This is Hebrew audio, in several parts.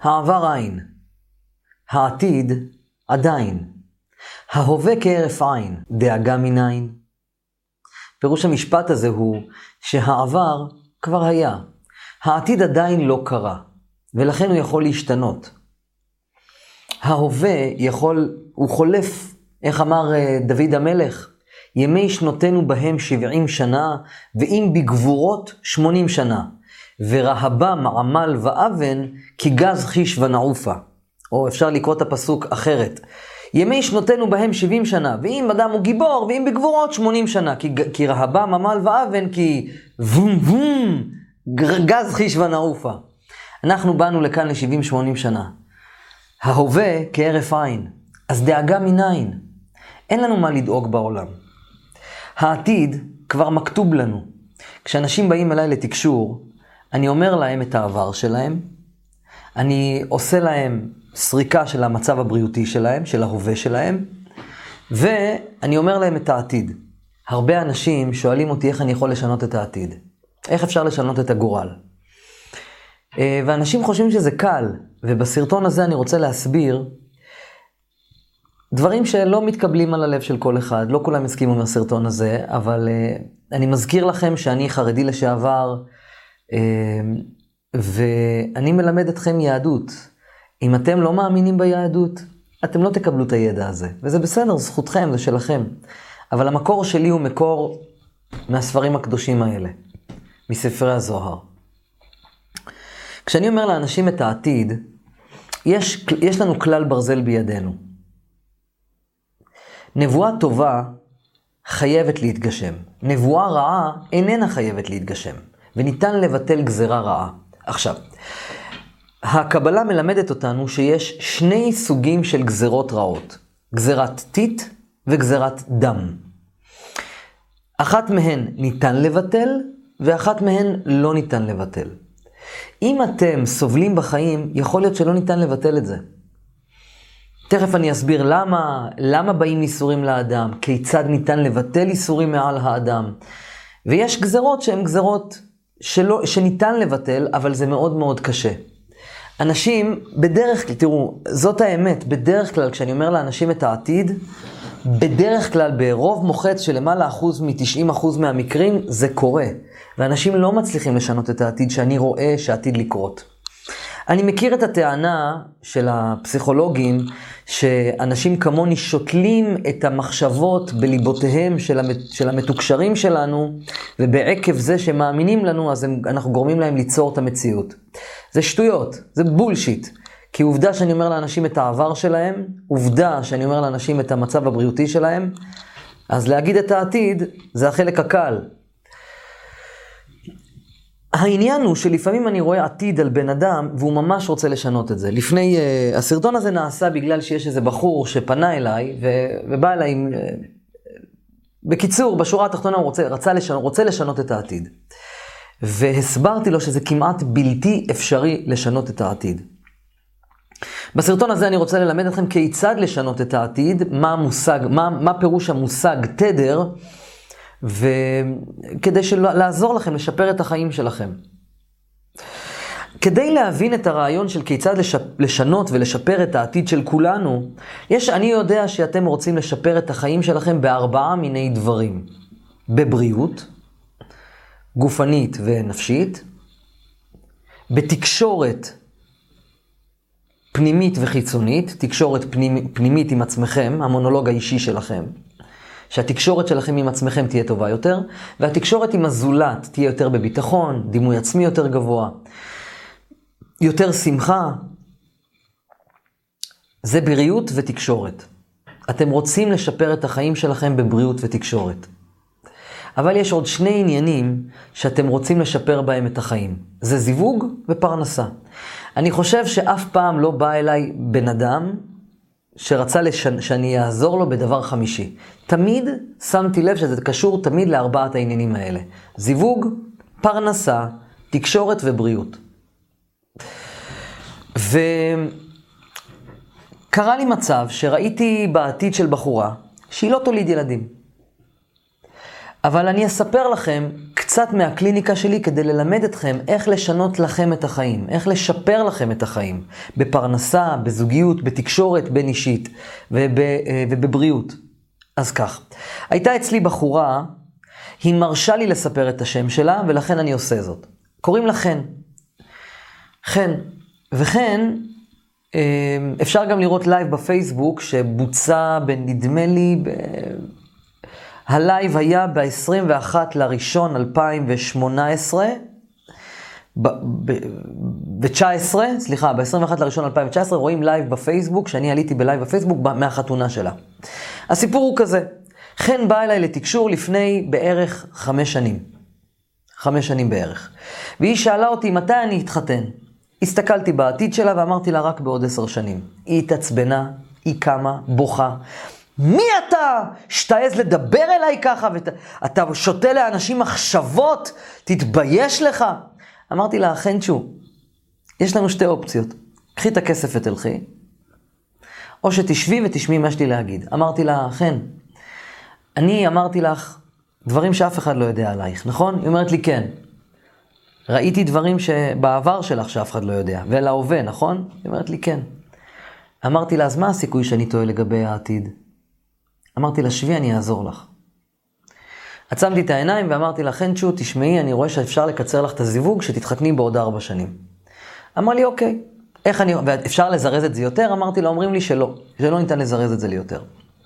העבר אין, העתיד עדיין, ההווה כהרף עין, דאגה מנין. פירוש המשפט הזה הוא שהעבר כבר היה, העתיד עדיין לא קרה, ולכן הוא יכול להשתנות. ההווה הוא חולף, איך אמר דוד המלך, ימי שנותינו בהם 70 שנה, ואם בגבורות 80 שנה, ורהבם עמל ואבן, כי גז חיש ונעופה. או אפשר לקרוא את הפסוק אחרת. ימי שנותינו בהם 70 שנה, ואם אדם הוא גיבור, ואם בגבורות 80 שנה, כי רהבם עמל ואבן, כי וום וום, גז חיש ונעופה. אנחנו באנו לכאן ל-70-80 שנה. ההווה כהרף עין, אז דאגה מנין. אין לנו מה לדאוג בעולם. העתיד כבר מכתוב לנו. כשאנשים באים אליי לתקשור, אני אומר להם את העבר שלהם, אני עושה להם סריקה של המצב הבריאותי שלהם, של ההווה שלהם, ואני אומר להם את העתיד. הרבה אנשים שואלים אותי איך אני יכול לשנות את העתיד. איך אפשר לשנות את הגורל? ואנשים חושבים שזה קל, ובסרטון הזה אני רוצה להסביר דברים שלא מתקבלים על הלב של כל אחד, לא כולם הסכימו מהסרטון הזה, אבל אני מזכיר לכם שאני חרדי לשעבר, ואני מלמד אתכם יהדות. אם אתם לא מאמינים ביהדות, אתם לא תקבלו את הידע הזה, וזה בסדר, זכותכם, זה שלכם. אבל המקור שלי הוא מקור מהספרים הקדושים האלה, מספרי הזוהר. כשאני אומר לאנשים את העתיד, יש לנו כלל ברזל בידינו. נבואה טובה חייבת להתגשם. נבואה רעה איננה חייבת להתגשם. וניתן לבטל גזרה רעה. עכשיו, הקבלה מלמדת אותנו שיש שני סוגים של גזרות רעות. גזרת טיט וגזרת דם. אחת מהן ניתן לבטל, ואחת מהן לא ניתן לבטל. אם אתם סובלים בחיים, יכול להיות שלא ניתן לבטל את זה. תכף אני אסביר למה באים איסורים לאדם, כיצד ניתן לבטל איסורים מעל האדם. ויש גזרות שהן גזרות שניתן לבטל, אבל זה מאוד מאוד קשה. אנשים, בדרך כלל, תראו, זאת האמת, בדרך כלל כשאני אומר לאנשים את העתיד, בדרך כלל ברוב מוחץ של למעלה מ-90% מהמקרים זה קורה. ואנשים לא מצליחים לשנות את העתיד שאני רואה שעתיד לקרות. אני מכיר את הטענה של הפסיכולוגים שאנשים כמוני שותלים את המחשבות בליבותיהם של המתוקשרים שלנו, ובעקב זה שמאמינים לנו אז אנחנו גורמים להם ליצור את המציאות. זה שטויות, זה בולשיט. כי עובדה שאני אומר לאנשים את העבר שלהם, עובדה שאני אומר לאנשים את המצב הבריאותי שלהם, אז להגיד את העתיד זה החלק הקל. העניין הוא שלפעמים אני רואה עתיד על בן אדם, והוא ממש רוצה לשנות את זה. הסרטון הזה נעשה בגלל שיש איזה בחור שפנה אליי, ובא אליי עם... בקיצור, בשורה התחתונה הוא רוצה לשנות את העתיד. והסברתי לו שזה כמעט בלתי אפשרי לשנות את העתיד. בסרטון הזה אני רוצה ללמד אתכם כיצד לשנות את העתיד, מה פירוש המושג תדר, וכדי לעזור לכם לשפר את החיים שלכם. כדי להבין את הרעיון של כיצד לשנות ולשפר את העתיד של כולנו, אני יודע שאתם רוצים לשפר את החיים שלכם ב4 מיני דברים. בבריאות, גופנית ונפשית, בתקשורת פנימית וחיצונית, תקשורת פנימית עם עצמכם, המונולוג האישי שלכם, שהתקשורת שלכם עם עצמכם תהיה טובה יותר, והתקשורת עם הזולת תהיה יותר בביטחון, דימוי עצמי יותר גבוה, יותר שמחה. זה בריאות ותקשורת. אתם רוצים לשפר את החיים שלכם בבריאות ותקשורת. אבל יש עוד 2 עניינים שאתם רוצים לשפר בהם את החיים. זה זיווג ופרנסה. אני חושב שאף פעם לא בא אליי בן אדם שרצה שאני אעזור לו בדבר חמישי. תמיד שמתי לב שזה קשור תמיד ל4 העניינים האלה. זיווג, פרנסה, תקשורת ובריאות. וקרה לי מצב שראיתי בעתיד של בחורה שהיא לא תוליד ילדים. אבל אני אספר לכם קצת מהקליניקה שלי כדי ללמד אתכם איך לשנות לכם את החיים, איך לשפר לכם את החיים, בפרנסה, בזוגיות, בתקשורת בין אישית ובבריאות. אז כך, הייתה אצלי בחורה, היא מרשה לי לספר את השם שלה, ולכן אני עושה זאת. קוראים לה חן. חן. וחן, אפשר גם לראות לייב בפייסבוק, שבוצע בנדמה לי, הלייב היה ב-21 לראשון 2018, ב-19, סליחה, ב-21 לראשון 2019, רואים לייב בפייסבוק, שאני עליתי בלייב בפייסבוק מהחתונה שלה. הסיפור הוא כזה, חן באה אליי לתקשור לפני בערך 5 שנים. 5 שנים בערך. והיא שאלה אותי מתי אני אתחתן. הסתכלתי בעתיד שלה ואמרתי לה רק בעוד 10 שנים. היא התעצבנה, היא קמה, בוכה. מי אתה שתעז לדבר אליי ככה? אתה שותה לאנשים מחשבות, תתבייש לך. אמרתי לה, חנצ'ו, יש לנו 2 אופציות. קחי את הכסף ותלכי, או שתשבי ותשמעי מה שלי להגיד. אמרתי לה, חן, אני אמרתי לך דברים שאף אחד לא יודע עלייך, נכון? היא אומרת לי, כן. ראיתי דברים שבעבר שלך שאף אחד לא יודע, ולהווה, נכון? היא אומרת לי, כן. אמרתי לה, אז מה הסיכוי שאני טועה לגבי העתיד? אמרתי לה, שבי, אני אעזור לך. עצמתי את העיניים ואמרתי לה, חנצ'ו, תשמעי, אני רואה שאפשר לקצר לך את הזיווג שתתחתני בעוד 4 שנים. אמר לי, אוקיי. ואפשר לזרז את זה יותר? אמרתי לה, אומרים לי שלא ניתן לזרז את זה ליותר.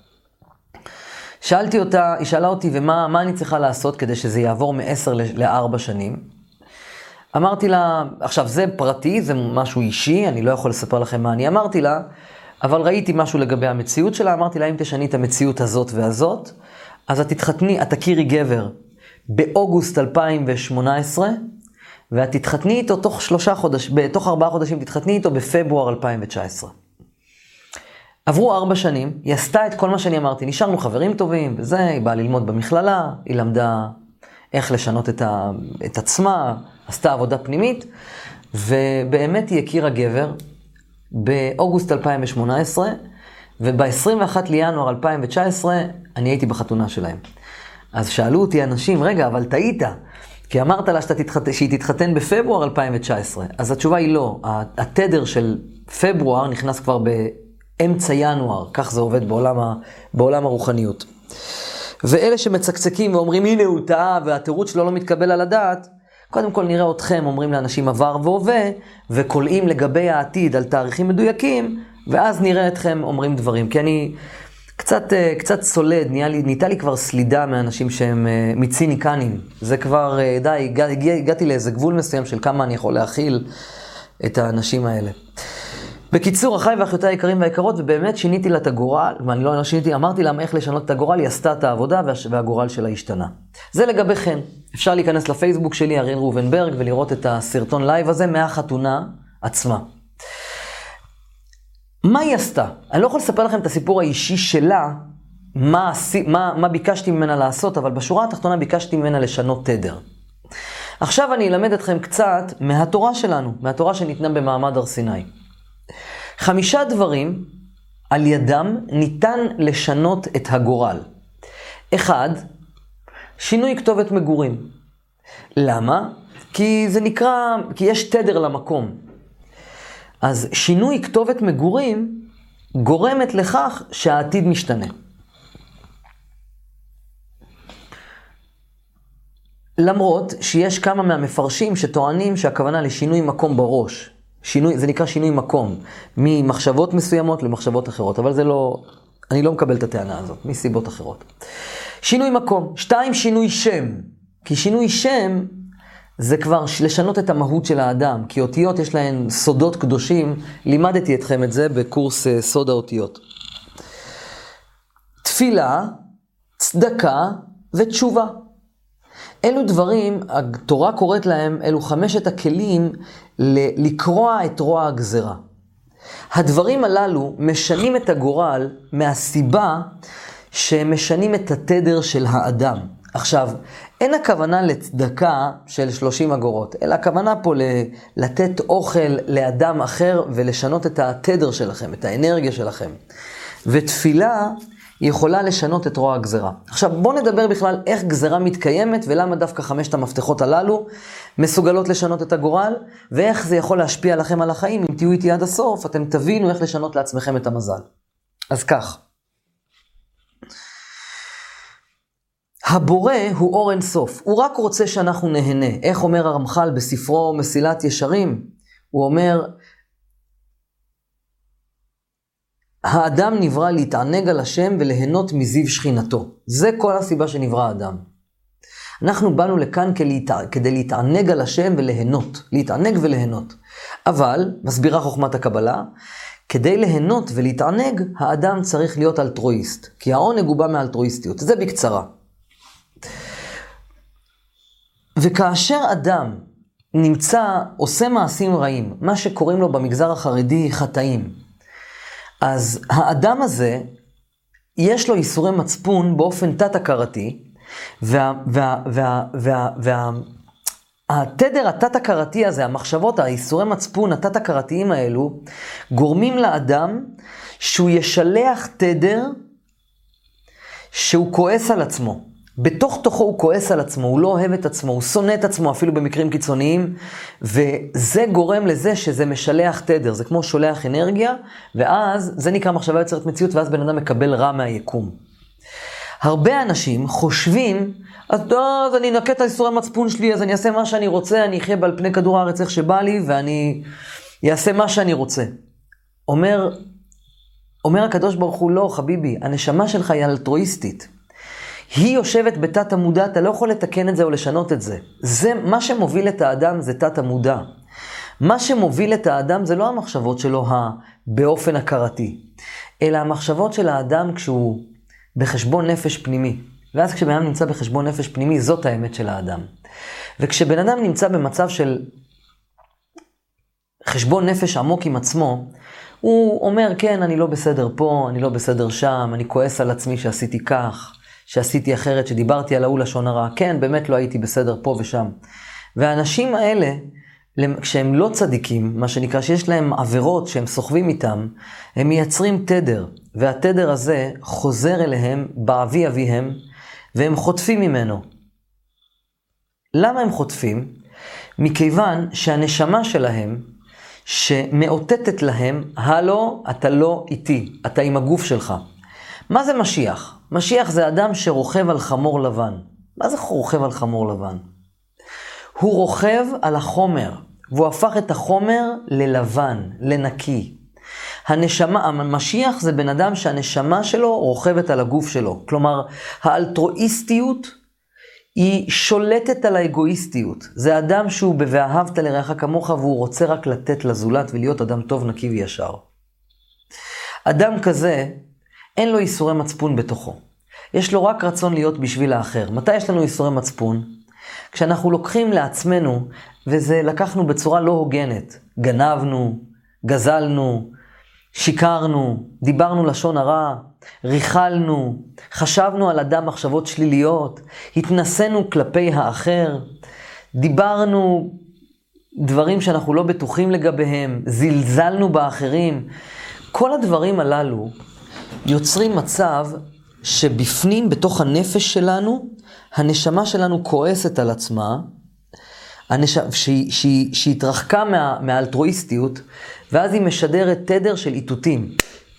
שאלתי אותה, היא שאלה אותי, ומה אני צריכה לעשות כדי שזה יעבור מ10 ל4 שנים? אמרתי לה, עכשיו זה פרטי, זה משהו אישי, אני לא יכול לספר לכם מה אני אמרתי לה, אבל ראיתי משהו לגבי המציאות שלה, אמרתי לה, אם תשני את המציאות הזאת והזאת, אז את תתחתני, את תכירי גבר באוגוסט 2018, ואת תתחתני איתו תוך 4 חודשים, תתחתני איתו בפברואר 2019. עברו 4 שנים, היא עשתה את כל מה שאני אמרתי, נשארנו חברים טובים, וזה, היא באה ללמוד במכללה, היא למדה איך לשנות את עצמה, עשתה עבודה פנימית, ובאמת היא הכירה גבר באוגוסט 2018, וב-21 לינואר 2019 אני הייתי בחתונה שלהם. אז שאלו אותי אנשים, רגע, אבל טעית, כי אמרת לה שהיא תתחתן בפברואר 2019. אז התשובה היא לא, התדר של פברואר נכנס כבר באמצע ינואר, כך זה עובד בעולם הרוחניות. ואלה שמצקצקים ואומרים, הנה הוא טעה, והתירוץ שלו לא מתקבל על הדעת, קודם כל נראה אתכם אומרים לאנשים עבר והווה, וקולעים לגבי העתיד על תאריכים מדויקים, ואז נראה אתכם אומרים דברים. כי אני קצת סולד, נהייתה לי כבר סלידה מאנשים שהם מציניקנים. זה כבר, די, הגעתי לאיזה גבול מסוים של כמה אני יכול להכיל את האנשים האלה. בקיצור, אחי ואחיותיי היקרים והיקרות, ובאמת שיניתי לה את הגורל, ואני לא שיניתי, אמרתי לה איך לשנות את הגורל, היא עשתה את העבודה והגורל שלה השתנה. זה לגבי חן. אפשר להיכנס לפייסבוק שלי, אריאל רובנברג, ולראות את הסרטון לייב הזה מהחתונה עצמה. מה היא עשתה? אני לא יכול לספר לכם את הסיפור האישי שלה, מה ביקשתי ממנה לעשות, אבל בשורה התחתונה ביקשתי ממנה לשנות תדר. עכשיו אני אלמד אתכם קצת מהתורה שלנו, מהתורה שניתנה במעמד הר סיני. 5 דברים על ידם ניתן לשנות את הגורל. 1, שינוי כתובת מגורים. למה? כי יש תדר למקום. אז שינוי כתובת מגורים גורמת לכך שהעתיד משתנה. למרות שיש כמה מהמפרשים שטוענים שהכוונה לשינוי מקום בראש. זה נקרא שינוי מקום, ממחשבות מסוימות למחשבות אחרות, אבל אני לא מקבל את הטענה הזאת, מסיבות אחרות. שינוי מקום. 2, שינוי שם. כי שינוי שם זה כבר לשנות את המהות של האדם, כי אותיות יש להן סודות קדושים, לימדתי אתכם את זה בקורס סוד האותיות. תפילה, צדקה ותשובה. אלו דברים, התורה קוראת להם, אלו 5 הכלים לקרוע את רוע הגזרה. הדברים הללו משנים את הגורל מהסיבה שהם משנים את התדר של האדם. עכשיו, אין הכוונה לצדקה של 30 אגורות, אלא הכוונה פה לתת אוכל לאדם אחר ולשנות את התדר שלכם, את האנרגיה שלכם. ותפילה היא יכולה לשנות את רוע הגזרה. עכשיו בואו נדבר בכלל איך גזרה מתקיימת, ולמה דווקא 5 המפתחות הללו מסוגלות לשנות את הגורל, ואיך זה יכול להשפיע לכם על החיים. אם תהיו איתי עד הסוף, אתם תבינו איך לשנות לעצמכם את המזל. אז כך. הבורא הוא אור אין סוף, הוא רק רוצה שאנחנו נהנה. איך אומר הרמח"ל בספרו מסילת ישרים? הוא אומר, האדם נברא להתענג על השם וליהנות מזיו שכינתו. זה כל הסיבה שנברא האדם. אנחנו באנו לכאן כדי להתענג על השם וליהנות. להתענג וליהנות. אבל, מסבירה חוכמת הקבלה, כדי ליהנות ולהתענג, האדם צריך להיות אלטרואיסט. כי העונג הוא בא מאלטרואיסטיות. זה בקצרה. וכאשר אדם עושה מעשים רעים, מה שקוראים לו במגזר החרדי חטאים, אז האדם הזה, יש לו ייסורי מצפון באופן תת-הכרתי, והתדר התת-הכרתי הזה, המחשבות, הייסורי מצפון התת-הכרתיים האלו, גורמים לאדם שהוא ישלח תדר שהוא כועס על עצמו. בתוך תוכו הוא כועס על עצמו, הוא לא אוהב את עצמו, הוא שונא את עצמו אפילו במקרים קיצוניים, וזה גורם לזה שזה משלח תדר, זה כמו שולח אנרגיה, ואז זה נקרא מחשבה יוצרת מציאות, ואז בן אדם מקבל רע מהיקום. הרבה אנשים חושבים, אז אני אנקה את הייסורי המצפון שלי, אז אני אעשה מה שאני רוצה, אני אחיה על פני כדור הארץ איך שבא לי, ואני אעשה מה שאני רוצה. אומר הקדוש ברוך הוא, לא חביבי, הנשמה שלך היא אלטרואיסטית. היא יושבת בתת המודע, אתה לא יכול לתקן את זה או לשנות את זה. מה שמוביל את האדם זה תת המודע. מה שמוביל את האדם זה לא המחשבות שלו באופן הכרתי, אלא המחשבות של האדם כשהוא בחשבון נפש פנימי. ואז כשבן אדם נמצא בחשבון נפש פנימי, זאת האמת של האדם. וכשבן אדם נמצא במצב של חשבון נפש עמוק עם עצמו, הוא אומר, כן, אני לא בסדר פה, אני לא בסדר שם, אני כועס על עצמי שעשיתי כך, שעשיתי אחרת, שדיברתי על ההוא לשון הרע. כן, באמת לא הייתי בסדר פה ושם. והאנשים האלה, כשהם לא צדיקים, מה שנקרא שיש להם עבירות שהם סוחבים איתם, הם מייצרים תדר, והתדר הזה חוזר אליהם באבי אביהם, והם חוטפים ממנו. למה הם חוטפים? מכיוון שהנשמה שלהם, שמאותתת להם, הלו, אתה לא איתי, אתה עם הגוף שלך. מה זה משיח? משיח זה אדם שרוכב על חמור לבן. מה זה רוכב על חמור לבן? הוא רוכב על החומר, והוא הפך את החומר ללבן, לנקי. המשיח זה בן אדם שהנשמה שלו רוכבת על הגוף שלו. כלומר, האלטרואיסטיות היא שולטת על האגואיסטיות. זה אדם שהוא ב"ואהבת לרעך כמוך", והוא רוצה רק לתת לזולת ולהיות אדם טוב, נקי וישר. אדם כזה, אין לו ייסורי מצפון בתוכו. יש לו רק רצון להיות בשביל האחר. מתי יש לנו ייסורי מצפון? כשאנחנו לוקחים לעצמנו, וזה לקחנו בצורה לא הוגנת. גנבנו, גזלנו, שיקרנו, דיברנו לשון הרע, ריחלנו, חשבנו על אדם מחשבות שליליות, התנסינו כלפי האחר, דיברנו דברים שאנחנו לא בטוחים לגביהם, זלזלנו באחרים. כל הדברים הללו יוצרים מצב שבפנים, בתוך הנפש שלנו, הנשמה שלנו כועסת על עצמה, שהיא התרחקה מהאלטרואיסטיות, ואז היא משדרת תדר של איתותים.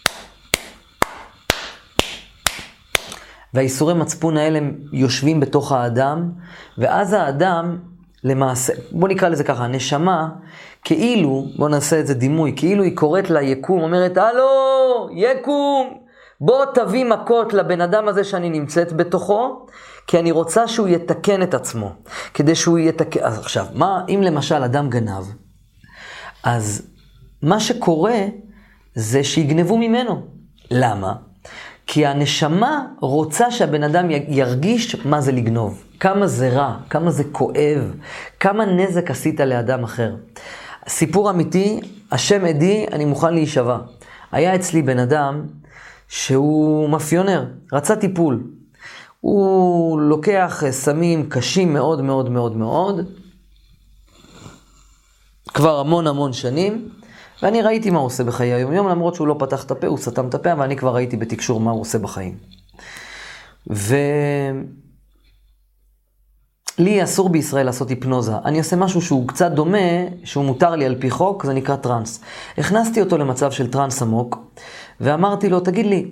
והאיסורי מצפון האלה יושבים בתוך האדם, ואז האדם, למעשה, בוא נקרא לזה ככה, הנשמה, כאילו, בוא נעשה את זה דימוי, כאילו היא קוראת ליקום, אומרת, הלו, יקום, בוא תביא מכות לבן אדם הזה שאני נמצאת בתוכו, כי אני רוצה שהוא יתקן את עצמו, כדי שהוא יתקן. אז עכשיו, אם למשל אדם גנב, אז מה שקורה זה שיגנבו ממנו. למה? כי הנשמה רוצה שהבן אדם ירגיש מה זה לגנוב, כמה זה רע, כמה זה כואב, כמה נזק עשית לאדם אחר. סיפור אמיתי, השם עדי, אני מוכן להישבע. היה אצלי בן אדם שהוא מאפיונר, רצה טיפול. הוא לוקח סמים קשים מאוד מאוד מאוד מאוד, כבר המון המון שנים, ואני ראיתי מה הוא עושה בחיי היום-יום, למרות שהוא לא פתח את הפה, הוא סתם את הפה, ואני כבר ראיתי בתקשור מה הוא עושה בחיים. לי אסור בישראל לעשות היפנוזה. אני עושה משהו שהוא קצת דומה, שהוא מותר לי על פי חוק, זה נקרא טרנס. הכנסתי אותו למצב של טרנס עמוק, ואמרתי לו, תגיד לי,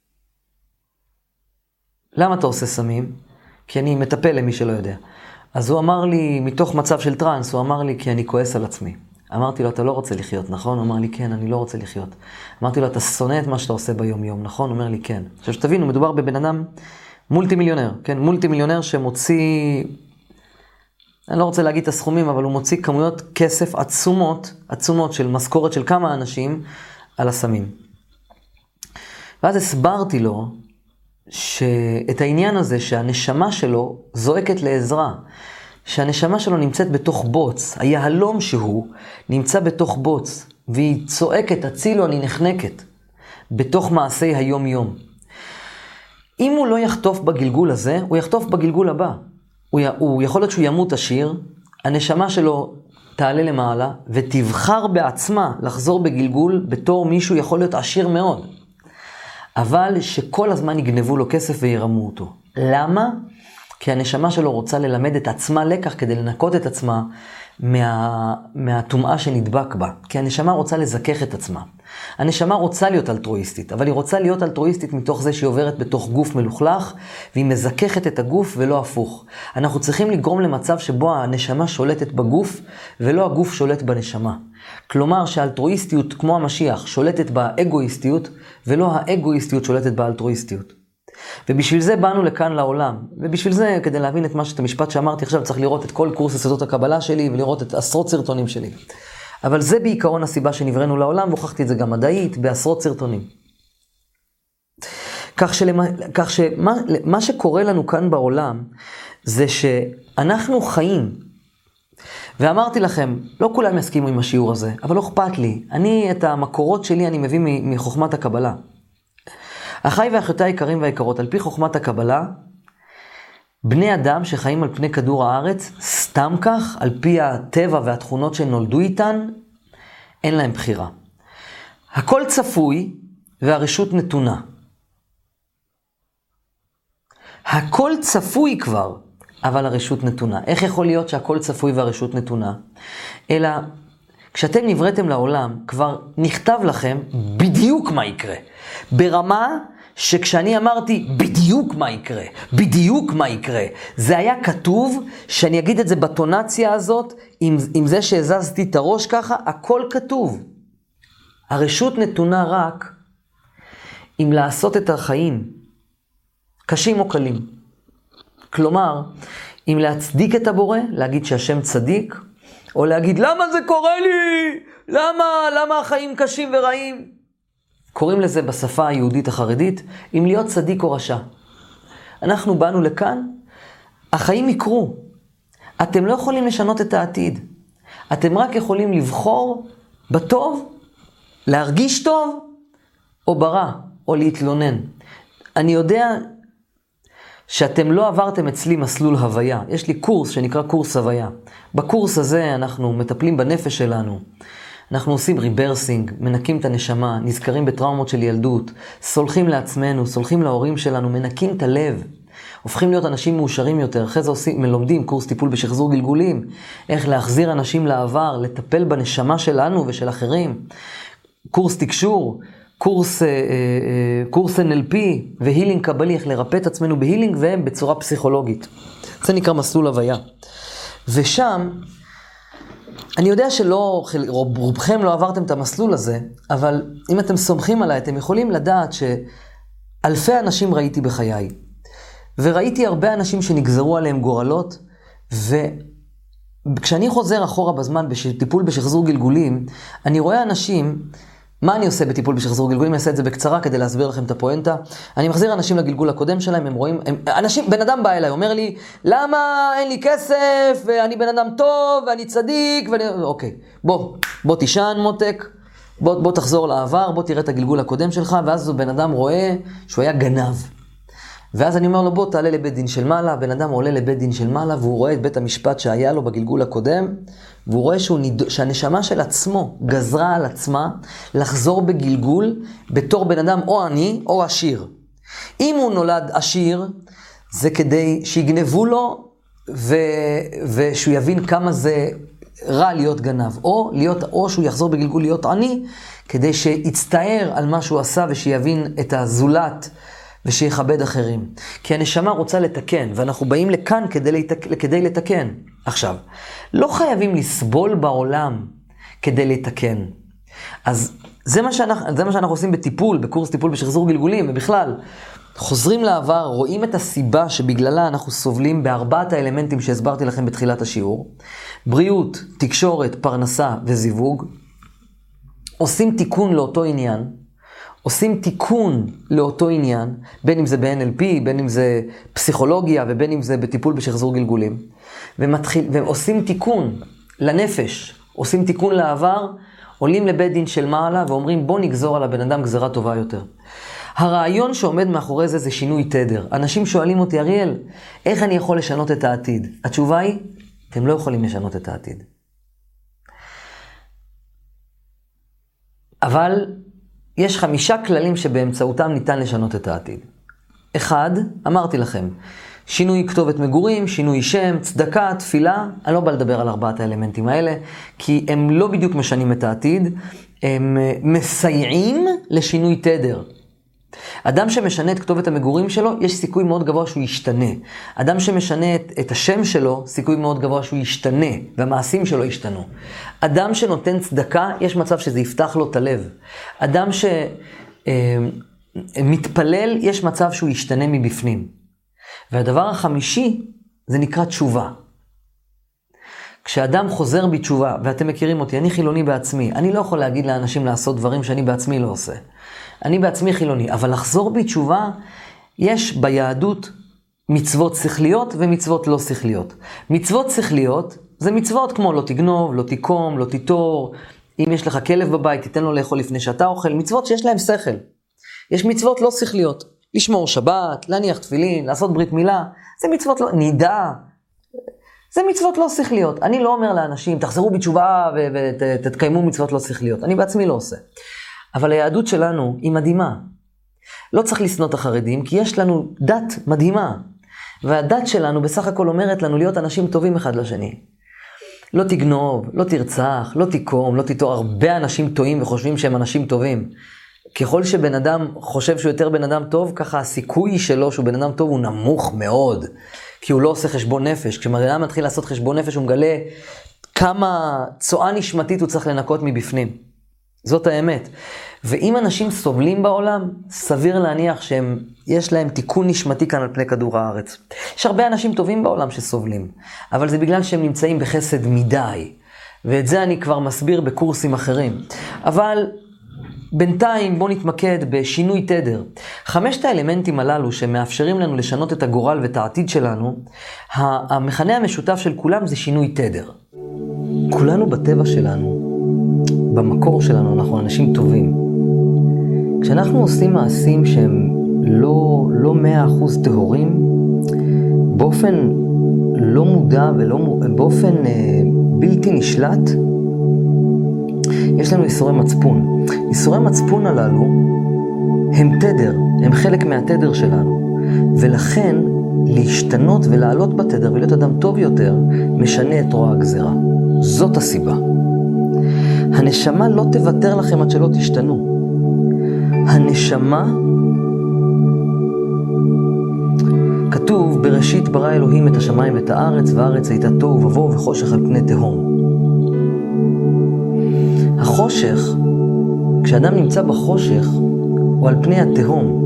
למה אתה עושה סמים? כי אני מטפל למי שלא יודע. אז הוא אמר לי, מתוך מצב של טרנס, הוא אמר לי, כי אני כועס על עצמי. אמרתי לו, אתה לא רוצה לחיות, נכון? הוא אמר לי, כן, אני לא רוצה לחיות. אמרתי לו, אתה שונא את מה שאתה עושה ביום-יום, נכון? הוא אומר לי, כן. עכשיו שתבינו, מדובר בבן אדם מולטי מיליונר, כן? מולטי מיליונר שמוציא, אני לא רוצה להגיד את הסכומים, אבל הוא מוציא כמויות כסף עצומות של משכורת של כמה אנשים על הסמים. ואז הסברתי לו שאת העניין הזה שהנשמה שלו זועקת לעזרה, שהנשמה שלו נמצאת בתוך בוץ, היהלום שהוא נמצא בתוך בוץ, והיא צועקת, הצילו, אני נחנקת, בתוך מעשי היום-יום. אם הוא לא יחטוף בגלגול הזה, הוא יחטוף בגלגול הבא. הוא יכול להיות שהוא ימות עשיר, הנשמה שלו תעלה למעלה, ותבחר בעצמה לחזור בגלגול בתור מישהו יכול להיות עשיר מאוד. אבל שכל הזמן יגנבו לו כסף וירמו אותו. למה? כי הנשמה שלו רוצה ללמד את עצמה לקח כדי לנקות את עצמה מהטומאה שנדבק בה. כי הנשמה רוצה לזכך את עצמה. הנשמה רוצה להיות אלטרואיסטית, אבל היא רוצה להיות אלטרואיסטית מתוך זה שהיא עוברת בתוך גוף מלוכלך, והיא מזככת את הגוף ולא הפוך. אנחנו צריכים לגרום למצב שבו הנשמה שולטת בגוף, ולא הגוף שולט בנשמה. כלומר שהאלטרואיסטיות כמו המשיח שולטת באגואיסטיות, ולא האגואיסטיות שולטת באלטרואיסטיות. ובשביל זה באנו לכאן לעולם, ובשביל זה, כדי להבין את המשפט שאמרתי עכשיו, צריך לראות את כל קורס יסודות הקבלה שלי, ולראות את עשרות סרטונים שלי. אבל זה בעיקרון הסיבה שנבראנו לעולם, והוכחתי את זה גם מדעית, בעשרות סרטונים. כך שמה שקורה לנו כאן בעולם, זה שאנחנו חיים, ואמרתי לכם, לא כולם יסכימו עם השיעור הזה, אבל לא אכפת לי. את המקורות שלי אני מביא מחוכמת הקבלה. אחיי ואחיותיי היקרים והיקרות, על פי חוכמת הקבלה, בני אדם שחיים על פני כדור הארץ, סתם כך, על פי הטבע והתכונות שנולדו איתן, אין להם בחירה. הכל צפוי והרשות נתונה. הכל צפוי כבר, אבל הרשות נתונה. איך יכול להיות שהכל צפוי והרשות נתונה? אלא כשאתם נבראתם לעולם, כבר נכתב לכם בדיוק מה יקרה. ברמה שכשאני אמרתי בדיוק מה יקרה, זה היה כתוב, שאני אגיד את זה בטונציה הזאת, עם זה שהזזתי את הראש ככה, הכל כתוב. הרשות נתונה רק אם לעשות את החיים, קשים או קלים. כלומר, אם להצדיק את הבורא, להגיד שהשם צדיק, או להגיד, למה זה קורה לי? למה החיים קשים ורעים? קוראים לזה בשפה היהודית החרדית, אם להיות צדיק או רשע. אנחנו באנו לכאן, החיים יקרו. אתם לא יכולים לשנות את העתיד. אתם רק יכולים לבחור בטוב, להרגיש טוב, או ברע, או להתלונן. אני יודע שאתם לא עברתם אצלי מסלול הוויה. יש לי קורס שנקרא קורס הוויה. בקורס הזה אנחנו מטפלים בנפש שלנו. אנחנו עושים ריברסינג, מנקים את הנשמה, נזכרים בטראומות של ילדות, סולחים לעצמנו, סולחים להורים שלנו, מנקים את הלב. הופכים להיות אנשים מאושרים יותר. אחרי זה לומדים קורס טיפול בשחזור גלגולים, איך להחזיר אנשים לעבר, לטפל בנשמה שלנו ושל אחרים. קורס תקשור, קורס NLP והילינג קבלי, איך לרפא את עצמנו בהילינג והם בצורה פסיכולוגית. זה נקרא מסלול הוויה. ושם, אני יודע רובכם לא עברתם את המסלול הזה, אבל אם אתם סומכים עליי, אתם יכולים לדעת שאלפי אנשים ראיתי בחיי. וראיתי הרבה אנשים שנגזרו עליהם גורלות, וכשאני חוזר אחורה בזמן בטיפול בשחזור גלגולים, אני רואה אנשים, מה אני עושה בטיפול בשחזור גלגולים? אני אעשה את זה בקצרה כדי להסביר לכם את הפואנטה. אני מחזיר אנשים לגלגול הקודם שלהם, הם רואים, בן אדם בא אליי, אומר לי, למה אין לי כסף, ואני בן אדם טוב, ואני צדיק, אוקיי, בוא תישן מותק, בוא תחזור לעבר, בוא תראה את הגלגול הקודם שלך, ואז בן אדם רואה שהוא היה גנב. ואז אני אומר לו, בוא תעלה לבית דין של מעלה. הבן אדם עולה לבית דין של מעלה, והוא רואה את בית המשפט שהיה לו בגלגול הקודם, והוא רואה שהנשמה של עצמו גזרה על עצמה לחזור בגלגול בתור בן אדם או עני או עשיר. אם הוא נולד עשיר, זה כדי שיגנבו לו ושהוא יבין כמה זה רע להיות גנב, או שהוא יחזור בגלגול להיות עני, כדי שיצטער על מה שהוא עשה ושיבין את הזולת ושיכבד אחרים. כי הנשמה רוצה לתקן, ואנחנו באים לכאן כדי לתקן. עכשיו, לא חייבים לסבול בעולם כדי לתקן. אז זה מה שאנחנו עושים בטיפול, בקורס טיפול בשחזור גלגולים, ובכלל, חוזרים לעבר, רואים את הסיבה שבגללה אנחנו סובלים בארבעת האלמנטים שהסברתי לכם בתחילת השיעור. בריאות, תקשורת, פרנסה וזיווג. עושים תיקון לאותו עניין, בין אם זה ב-NLP, בין אם זה פסיכולוגיה, ובין אם זה בטיפול בשחזור גלגולים. ועושים תיקון לנפש, עושים תיקון לעבר, עולים לבית דין של מעלה ואומרים בוא נגזור על הבן אדם גזרה טובה יותר. הרעיון שעומד מאחורי זה שינוי תדר. אנשים שואלים אותי, אריאל, איך אני יכול לשנות את העתיד? התשובה היא, אתם לא יכולים לשנות את העתיד. אבל יש 5 כללים שבאמצעותם ניתן לשנות את העתיד. 1, אמרתי לכם, שינוי כתובת מגורים, שינוי שם, צדקה, תפילה. אני לא בא לדבר על 4 האלמנטים האלה, כי הם לא בדיוק משנים את העתיד, הם מסייעים לשינוי תדר. אדם שמשנה את כתובת המגורים שלו, יש סיכוי מאוד גבוה שהוא ישתנה. אדם שמשנה את השם שלו, סיכוי מאוד גבוה שהוא ישתנה, והמעשים שלו ישתנו. אדם שנותן צדקה, יש מצב שזה יפתח לו את הלב. אדם שמתפלל, יש מצב שהוא ישתנה מבפנים. והדבר החמישי, זה נקרא תשובה. כשאדם חוזר בתשובה, ואתם מכירים אותי, אני חילוני בעצמי, אני לא יכול להגיד לאנשים לעשות דברים שאני בעצמי לא עושה. אני בעצמי חילוני, אבל לחזור בתשובה, יש ביהדות מצוות שכליות ומצוות לא שכליות. מצוות שכליות זה מצוות כמו לא תגנוב, לא תיקום, לא תיטור. אם יש לך כלב בבית, תיתן לו לאכול לפני שאתה אוכל. מצוות שיש להם שכל. יש מצוות לא שכליות. לשמור שבת, להניח תפילין, לעשות ברית מילה. זה מצוות לא, נידה. זה מצוות לא שכליות. אני לא אומר לאנשים, תחזרו בתשובה ותתקיימו מצוות לא שכליות. אני בעצמי לא עושה. אבל היהדות שלנו היא מדהימה. לא צריך לשנוא את החרדים, כי יש לנו דת מדהימה. והדת שלנו בסך הכל אומרת לנו להיות אנשים טובים אחד לשני. לא תגנוב, לא תרצח, לא תיקום, לא תיטור. הרבה אנשים טועים וחושבים שהם אנשים טובים. ככל שבן אדם חושב שהוא יותר בן אדם טוב, ככה הסיכוי שלו שהוא בן אדם טוב הוא נמוך מאוד. כי הוא לא עושה חשבון נפש. כשבן אדם מתחיל לעשות חשבון נפש, הוא מגלה כמה צועה נשמתית הוא צריך לנקות מבפנים. זאת האמת. ואם אנשים סובלים בעולם, סביר להניח שיש להם תיקון נשמתי כאן על פני כדור הארץ. יש הרבה אנשים טובים בעולם שסובלים, אבל זה בגלל שהם נמצאים בחסד מדי. ואת זה אני כבר מסביר בקורסים אחרים. אבל בינתיים בוא נתמקד בשינוי תדר. 5 האלמנטים הללו שמאפשרים לנו לשנות את הגורל ואת העתיד שלנו, המכנה המשותף של כולם זה שינוי תדר. כולנו בטבע שלנו, במקור שלנו, אנחנו אנשים טובים. כשאנחנו עושים מעשים שהם לא 100% טהורים, באופן לא מודע באופן בלתי נשלט, יש לנו איסורי מצפון. איסורי מצפון הללו הם תדר, הם חלק מהתדר שלנו. ולכן להשתנות ולעלות בתדר ולהיות אדם טוב יותר, משנה את רוע הגזרה. זאת הסיבה. הנשמה לא תוותר לכם עד שלא תשתנו. הנשמה, כתוב בראשית ברא אלוהים את השמיים ואת הארץ, והארץ הייתה תוהו ובוהו וחושך על פני תהום. החושך, כשאדם נמצא בחושך, הוא על פני התהום.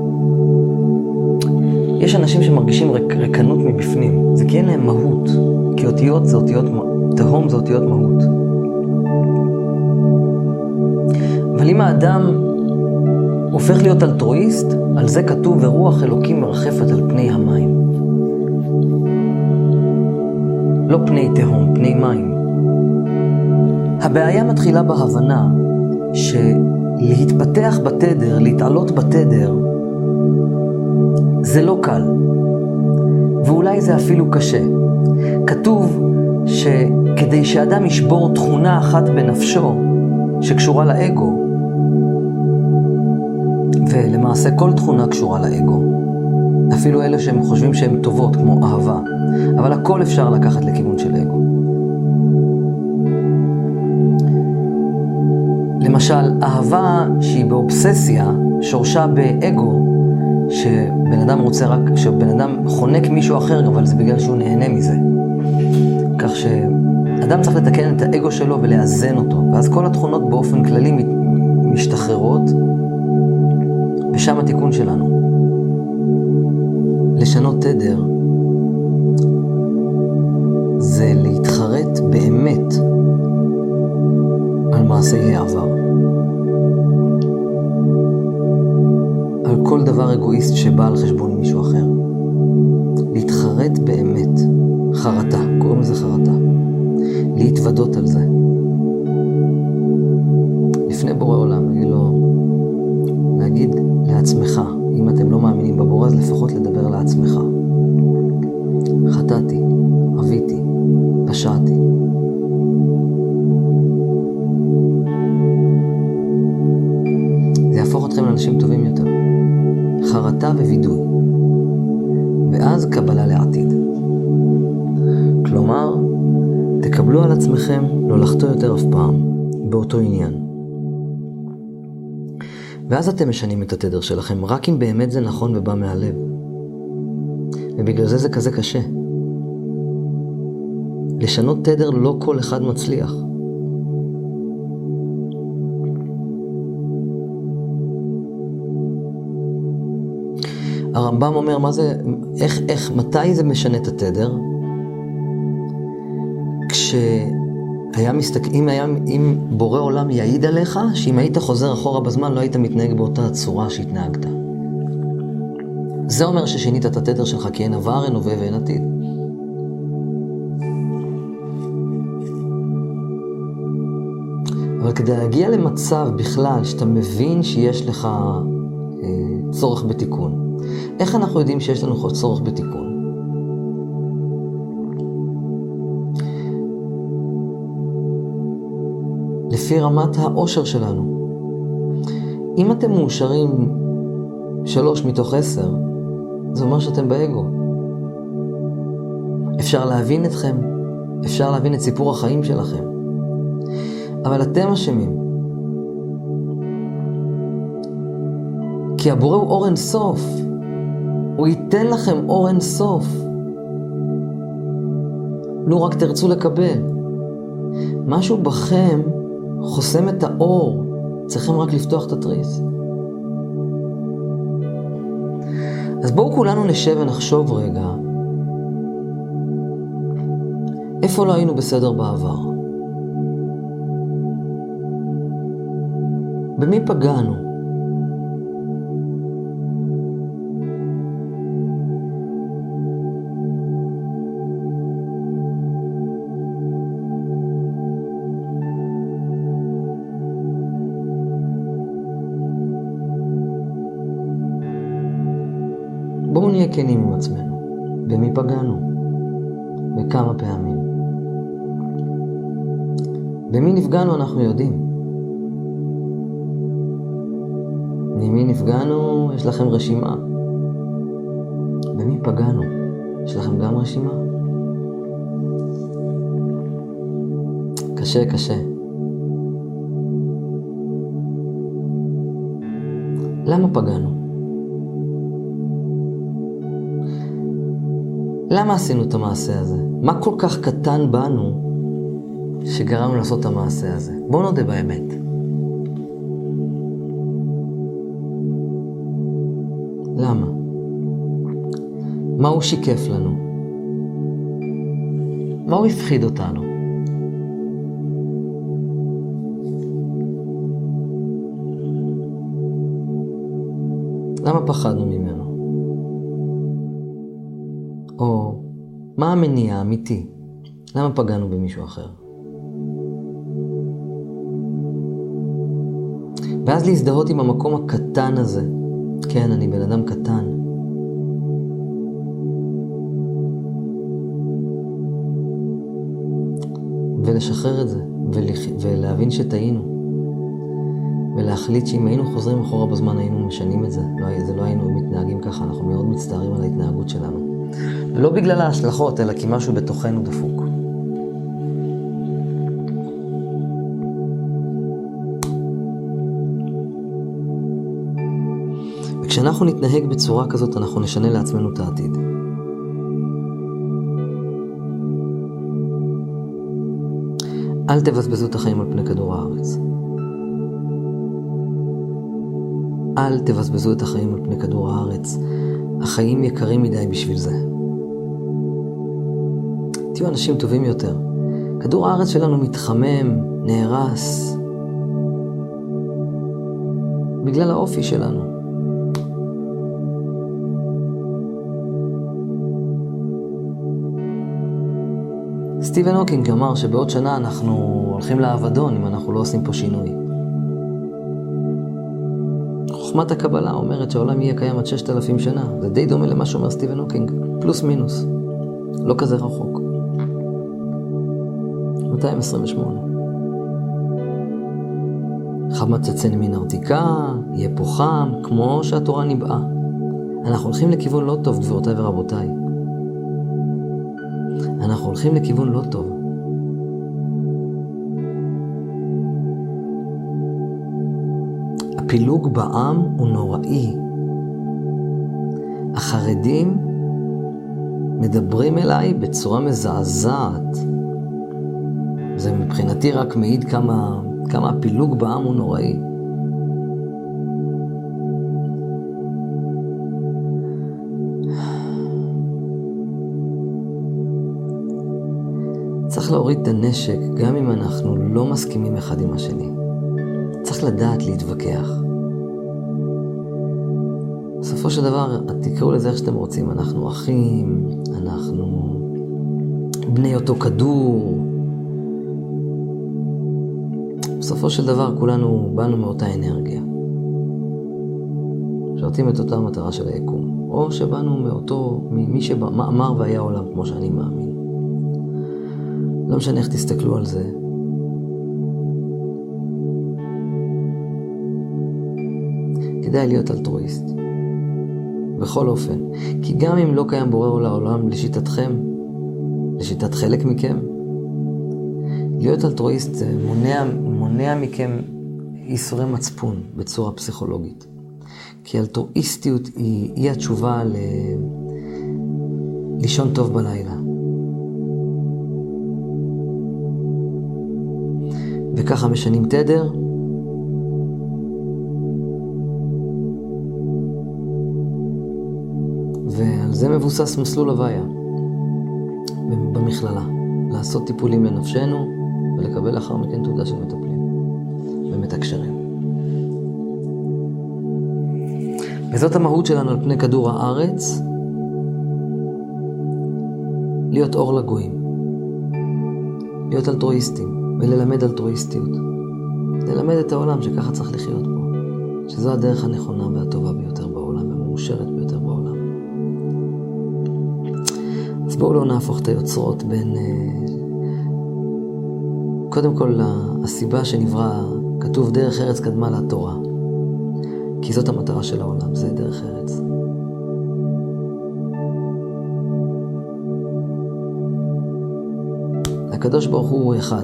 יש אנשים שמרגישים ריקנות מבפנים. זה כי אין להם מהות. כי אותיות זה אותיות, תהום זה אותיות מהות. אבל אם האדם הופך להיות אלטרואיסט, על זה כתוב ורוח אלוקים מרחפת על פני המים. לא פני תהום, פני מים. הבעיה מתחילה בהבנה שלהתפתח בתדר, להתעלות בתדר, זה לא קל, ואולי זה אפילו קשה. כתוב שכדי שאדם ישבור תכונה אחת בנפשו שקשורה לאגו, ולמעשה כל תכונה קשורה לאגו, אפילו אלה שהם חושבים שהן טובות, כמו אהבה, אבל הכל אפשר לקחת לכיוון של אגו. למשל, אהבה שהיא באובססיה, שורשה באגו, שבן אדם חונק מישהו אחר, אבל זה בגלל שהוא נהנה מזה. כך שאדם צריך לתקן את האגו שלו ולאזן אותו, ואז כל התכונות באופן כללי משתחררות, ושם התיקון שלנו. לשנות תדר זה להתחרט באמת על מעשי העבר. על כל דבר אגואיסט שבא על חשבון מישהו אחר. להתחרט באמת. חרטה, קוראים לזה חרטה. להתוודות על זה. לפני בורא עולם, להגיד לעצמך, אם אתם לא מאמינים בבורא, אז לפחות לדבר לעצמך. חטאתי, עוויתי, פשעתי. זה יהפוך אתכם לאנשים טובים יותר. חרטה ווידוי. ואז קבלה לעתיד. כלומר, תקבלו על עצמכם לא לחטוא יותר אף פעם, באותו עניין. ואז אתם משנים את התדר שלכם, רק אם באמת זה נכון ובא מהלב. ובגלל זה כזה קשה. לשנות תדר לא כל אחד מצליח. הרמב"ם אומר, מה זה, מתי זה משנה את התדר? אם בורא עולם יעיד עליך, שאם היית חוזר אחורה בזמן, לא היית מתנהג באותה צורה שהתנהגת. זה אומר ששינית את התדר שלך, כי אין עבר, אין הווה ואין עתיד. אבל כדי להגיע למצב בכלל, שאתה מבין שיש לך צורך בתיקון. איך אנחנו יודעים שיש לנו צורך בתיקון? לפי רמת העושר שלנו. אם אתם מאושרים 3 מתוך 10, זה אומר שאתם באגו. אפשר להבין אתכם, אפשר להבין את סיפור החיים שלכם. אבל אתם אשמים. כי הבורא הוא אור אין סוף. הוא ייתן לכם אור אין סוף. לו רק תרצו לקבל. משהו בכם חוסם את האור. צריכים רק לפתוח את התריס. אז בואו כולנו נשב ונחשוב רגע. איפה לא היינו בסדר בעבר? במי פגענו? בואו נהיה כנים עם עצמנו. במי פגענו? וכמה פעמים? במי נפגענו אנחנו יודעים. ממי נפגענו יש לכם רשימה. במי פגענו? יש לכם גם רשימה? קשה, קשה. למה פגענו? למה עשינו את המעשה הזה? מה כל כך קטן בנו שגרמנו לעשות את המעשה הזה? בואו נודה באמת. למה? מה הוא שיקף לנו? מה הוא הפחיד אותנו? למה פחדנו ממנו? או מה המניע האמיתי? למה פגענו במישהו אחר? ואז להזדהות עם המקום הקטן הזה. כן, אני בן אדם קטן. ולשחרר את זה, ולהבין שטעינו. ולהחליט שאם היינו חוזרים אחורה בזמן היינו משנים את זה. זה לא היינו מתנהגים ככה, אנחנו מאוד מצטערים על ההתנהגות שלנו. ולא בגלל ההשלכות, אלא כי משהו בתוכנו דפוק. וכשאנחנו נתנהג בצורה כזאת, אנחנו נשנה לעצמנו את העתיד. אל תבזבזו את החיים על פני כדור הארץ. אל תבזבזו את החיים על פני כדור הארץ. החיים יקרים מדי בשביל זה. תהיו אנשים טובים יותר. כדור הארץ שלנו מתחמם, נהרס. בגלל האופי שלנו. סטיבן הוקינג אמר שבעוד שנה אנחנו הולכים לאבדון אם אנחנו לא עושים פה שינוי. חוכמת הקבלה אומרת שהעולם יהיה קיים עד 6,000 שנה. זה די דומה למה שאומר סטיבן הוקינג. פלוס מינוס. לא כזה רחוק. 228. חמת תצא מן ארתיקה, יהיה פה חם, כמו שהתורה ניבאה. אנחנו הולכים לכיוון לא טוב, גבירותיי ורבותיי. אנחנו הולכים לכיוון לא טוב. הפילוג בעם הוא נוראי. החרדים מדברים אליי בצורה מזעזעת. זה מבחינתי רק מעיד כמה הפילוג בעם הוא נוראי. צריך להוריד את הנשק גם אם אנחנו לא מסכימים אחד עם השני. צריך לדעת להתווכח. בסופו של דבר, תקראו לזה איך שאתם רוצים. אנחנו אחים, אנחנו בני אותו כדור. בסופו של דבר, כולנו באנו מאותה אנרגיה. שרתים את אותה מטרה של היקום. או שבאנו ממי שאמר והיה עולם כמו שאני מאמין. לא משנה איך תסתכלו על זה. כדאי להיות אלטרואיסט. בכל אופן. כי גם אם לא קיים בורא לעולם לשיטתכם, לשיטת חלק מכם, להיות אלטרואיסט זה מונע מכם ייסורי מצפון בצורה פסיכולוגית. כי אלטרואיסטיות היא התשובה לישון טוב בלילה. וככה משנים תדר. ועל זה מבוסס מסלול הוויה. במכללה. לעשות טיפולים לנפשנו, ולקבל לאחר מכן תעודה של מטפלים. ומתקשרים. וזאת המהות שלנו על פני כדור הארץ. להיות אור לגויים. להיות אלטרואיסטים. וללמד אלטרואיסטיות. ללמד את העולם שככה צריך לחיות פה. שזו הדרך הנכונה והטובה ביותר בעולם, והמאושרת ביותר בעולם. אז בואו לא נהפוך את היוצרות בין... קודם כל, הסיבה שנברא, כתוב דרך ארץ קדמה לתורה. כי זאת המטרה של העולם, זה דרך ארץ. הקדוש ברוך הוא אחד.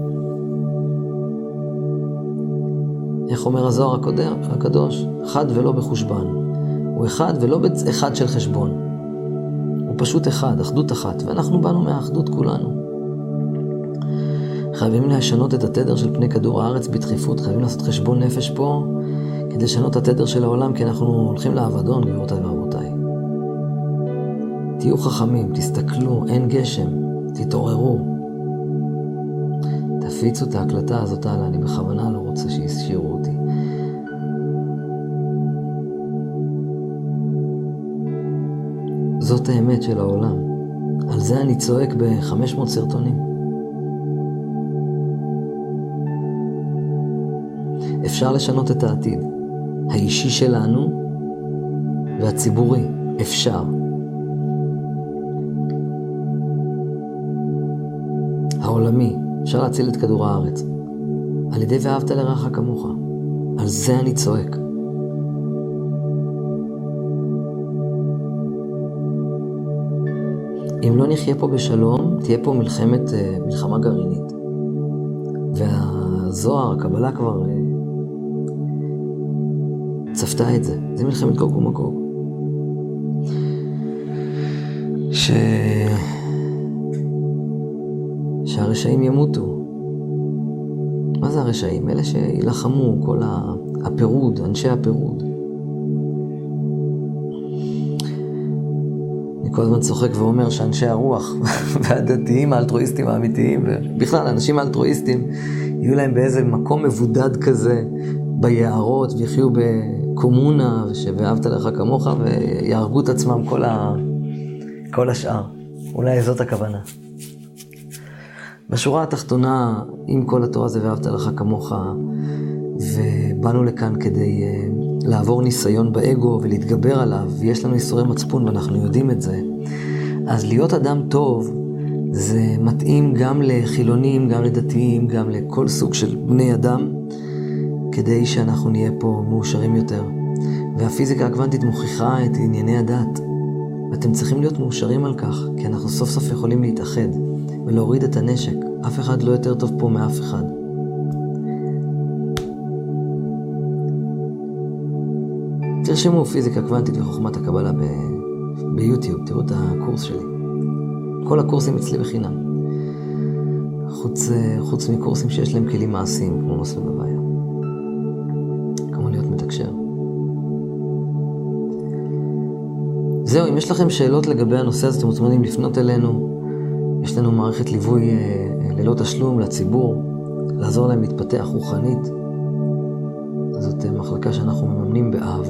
איך אומר הזוהר הקדוש? אחד ולא בחושבן. הוא אחד ולא אחד של חשבון. הוא פשוט אחד, אחדות אחת. ואנחנו באנו מהאחדות כולנו. חייבים לשנות את התדר של פני כדור הארץ בדחיפות. חייבים לעשות חשבון נפש פה כדי לשנות את התדר של העולם, כי אנחנו הולכים לאבדון, גבירותיי ורבותיי. תהיו חכמים, תסתכלו, אין גשם, תתעוררו. תפיצו את ההקלטה הזאת הלאה, אני בכוונה לא רוצה שישאירו אותי. זאת האמת של העולם. על זה אני צועק ב-500 סרטונים. אפשר לשנות את העתיד. האישי שלנו והציבורי. אפשר. העולמי. אפשר להציל את כדור הארץ. על ידי ואהבת לרעך כמוך. על זה אני צועק. אם לא נחיה פה בשלום, תהיה פה מלחמה גרעינית. והזוהר, הקבלה כבר צפתה את זה. זה מלחמת גוג ומגוג. שהרשעים ימותו. מה זה הרשעים? אלה שילחמו, כל הפירוד, אנשי הפירוד. אני כל הזמן צוחק ואומר שאנשי הרוח והדתיים האלטרואיסטים האמיתיים, ובכלל האנשים האלטרואיסטים, יהיו להם באיזה מקום מבודד כזה ביערות, ויחיו בקומונה, ואהבת לך כמוך, ויהרגו את עצמם כל השאר. אולי זאת הכוונה. בשורה התחתונה, עם כל התורה זה ואהבת לך כמוך, ובאנו לכאן כדי לעבור ניסיון באגו ולהתגבר עליו, ויש לנו ייסורי מצפון ואנחנו יודעים את זה, אז להיות אדם טוב זה מתאים גם לחילונים, גם לדתיים, גם לכל סוג של בני אדם, כדי שאנחנו נהיה פה מאושרים יותר. והפיזיקה הקוונטית מוכיחה את ענייני הדת, ואתם צריכים להיות מאושרים על כך, כי אנחנו סוף סוף יכולים להתאחד ולהוריד את הנשק. אף אחד לא יותר טוב פה מאף אחד. תרשמו פיזיקה קוונטית וחוכמת הקבלה ביוטיוב, תראו את הקורס שלי. כל הקורסים אצלי בחינם. חוץ מקורסים שיש להם כלים מעשיים, כמו מסלול הוויה. כמו להיות מתקשר. זהו, אם יש לכם שאלות לגבי הנושא הזה, אתם מוזמנים לפנות אלינו. יש לנו מערכת ליווי ללא תשלום לציבור, לעזור להם להתפתח רוחנית. זאת מחלקה שאנחנו מממנים באהבה.